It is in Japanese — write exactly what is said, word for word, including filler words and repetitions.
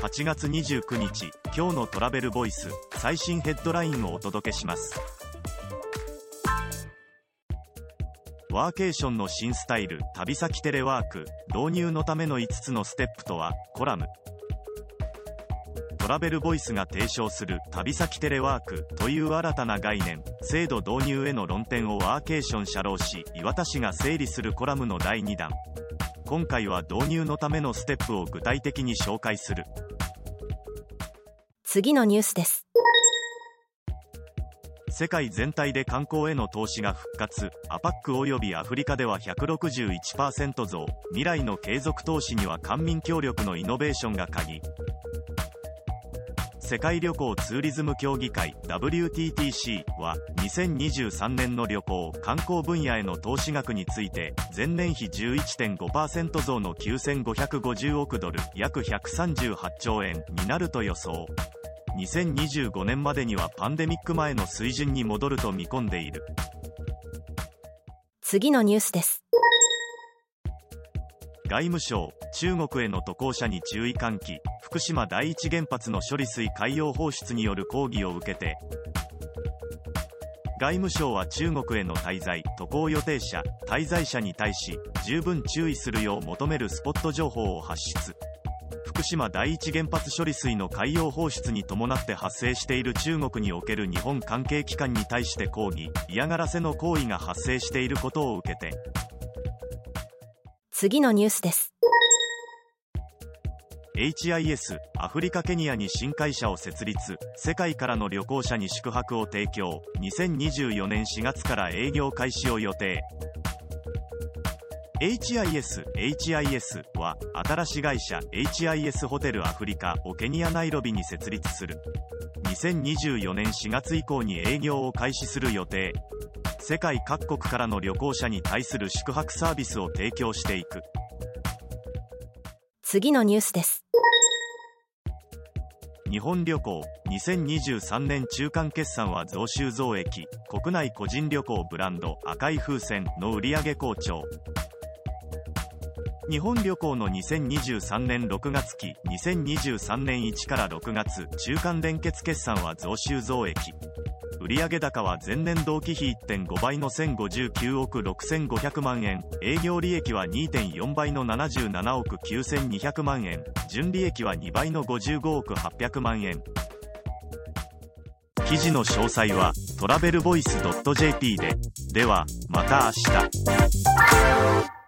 はちがつにじゅうくにち、今日のトラベルボイス、最新ヘッドラインをお届けします。ワーケーションの新スタイル、旅先テレワーク、導入のためのいつつのステップとは、コラム。トラベルボイスが提唱する旅先テレワークという新たな概念、制度導入への論点をワーケーション社労士岩田氏が整理するコラムのだいにだん。今回は導入のためのステップを具体的に紹介する。 次のニュースです。 世界全体で観光への投資が復活、アパックおよびアフリカでは ひゃくろくじゅういちパーセント 増、未来の継続投資には官民協力のイノベーションが鍵。世界旅行ツーリズム協議会 ダブリューティーティーシー はにせんにじゅうさんねんの旅行・観光分野への投資額について前年比 じゅういってんごパーセント 増のきゅうせんごひゃくごじゅうおくドル約ひゃくさんじゅうはちちょうえんになると予想。にせんにじゅうごねんまでにはパンデミック前の水準に戻ると見込んでいる。 次のニュースです。 外務省、中国への渡航者に注意喚起。福島第一原発の処理水海洋放出による抗議を受けて、外務省は中国への滞在・渡航予定者、滞在者に対し十分注意するよう求めるスポット情報を発出。福島第一原発処理水の海洋放出に伴って発生している中国における日本関係機関に対して抗議・嫌がらせの行為が発生していることを受けて。 次のニュースです。 エイチアイエス アフリカケニアに新会社を設立、世界からの旅行者に宿泊を提供、にせんにじゅうよねんしがつから営業開始を予定。エイチアイエス エイチアイエス は新しい会社 エイチアイエス ホテルアフリカをケニアナイロビに設立する。にせんにじゅうよねんしがつ以降に営業を開始する予定。世界各国からの旅行者に対する宿泊サービスを提供していく。 次のニュースです。 日本旅行にせんにじゅうさんねん中間決算は増収増益、国内個人旅行ブランド赤い風船の売上好調。日本旅行のにせんにじゅうさんねんろくがつき、にせんにじゅうさんねんいちからろくがつ中間連結決算は増収増益。売上高は前年同期比 いってんごばいのせんごじゅうきゅうおくろくせんごひゃくまんえん、営業利益は にてんよんばいのななじゅうななおくきゅうせんにひゃくまんえん、純利益はにばいのごじゅうごおくはっぴゃくまんえん。記事の詳細はトラベルボイス ドットジェーピー で。ではまた明日。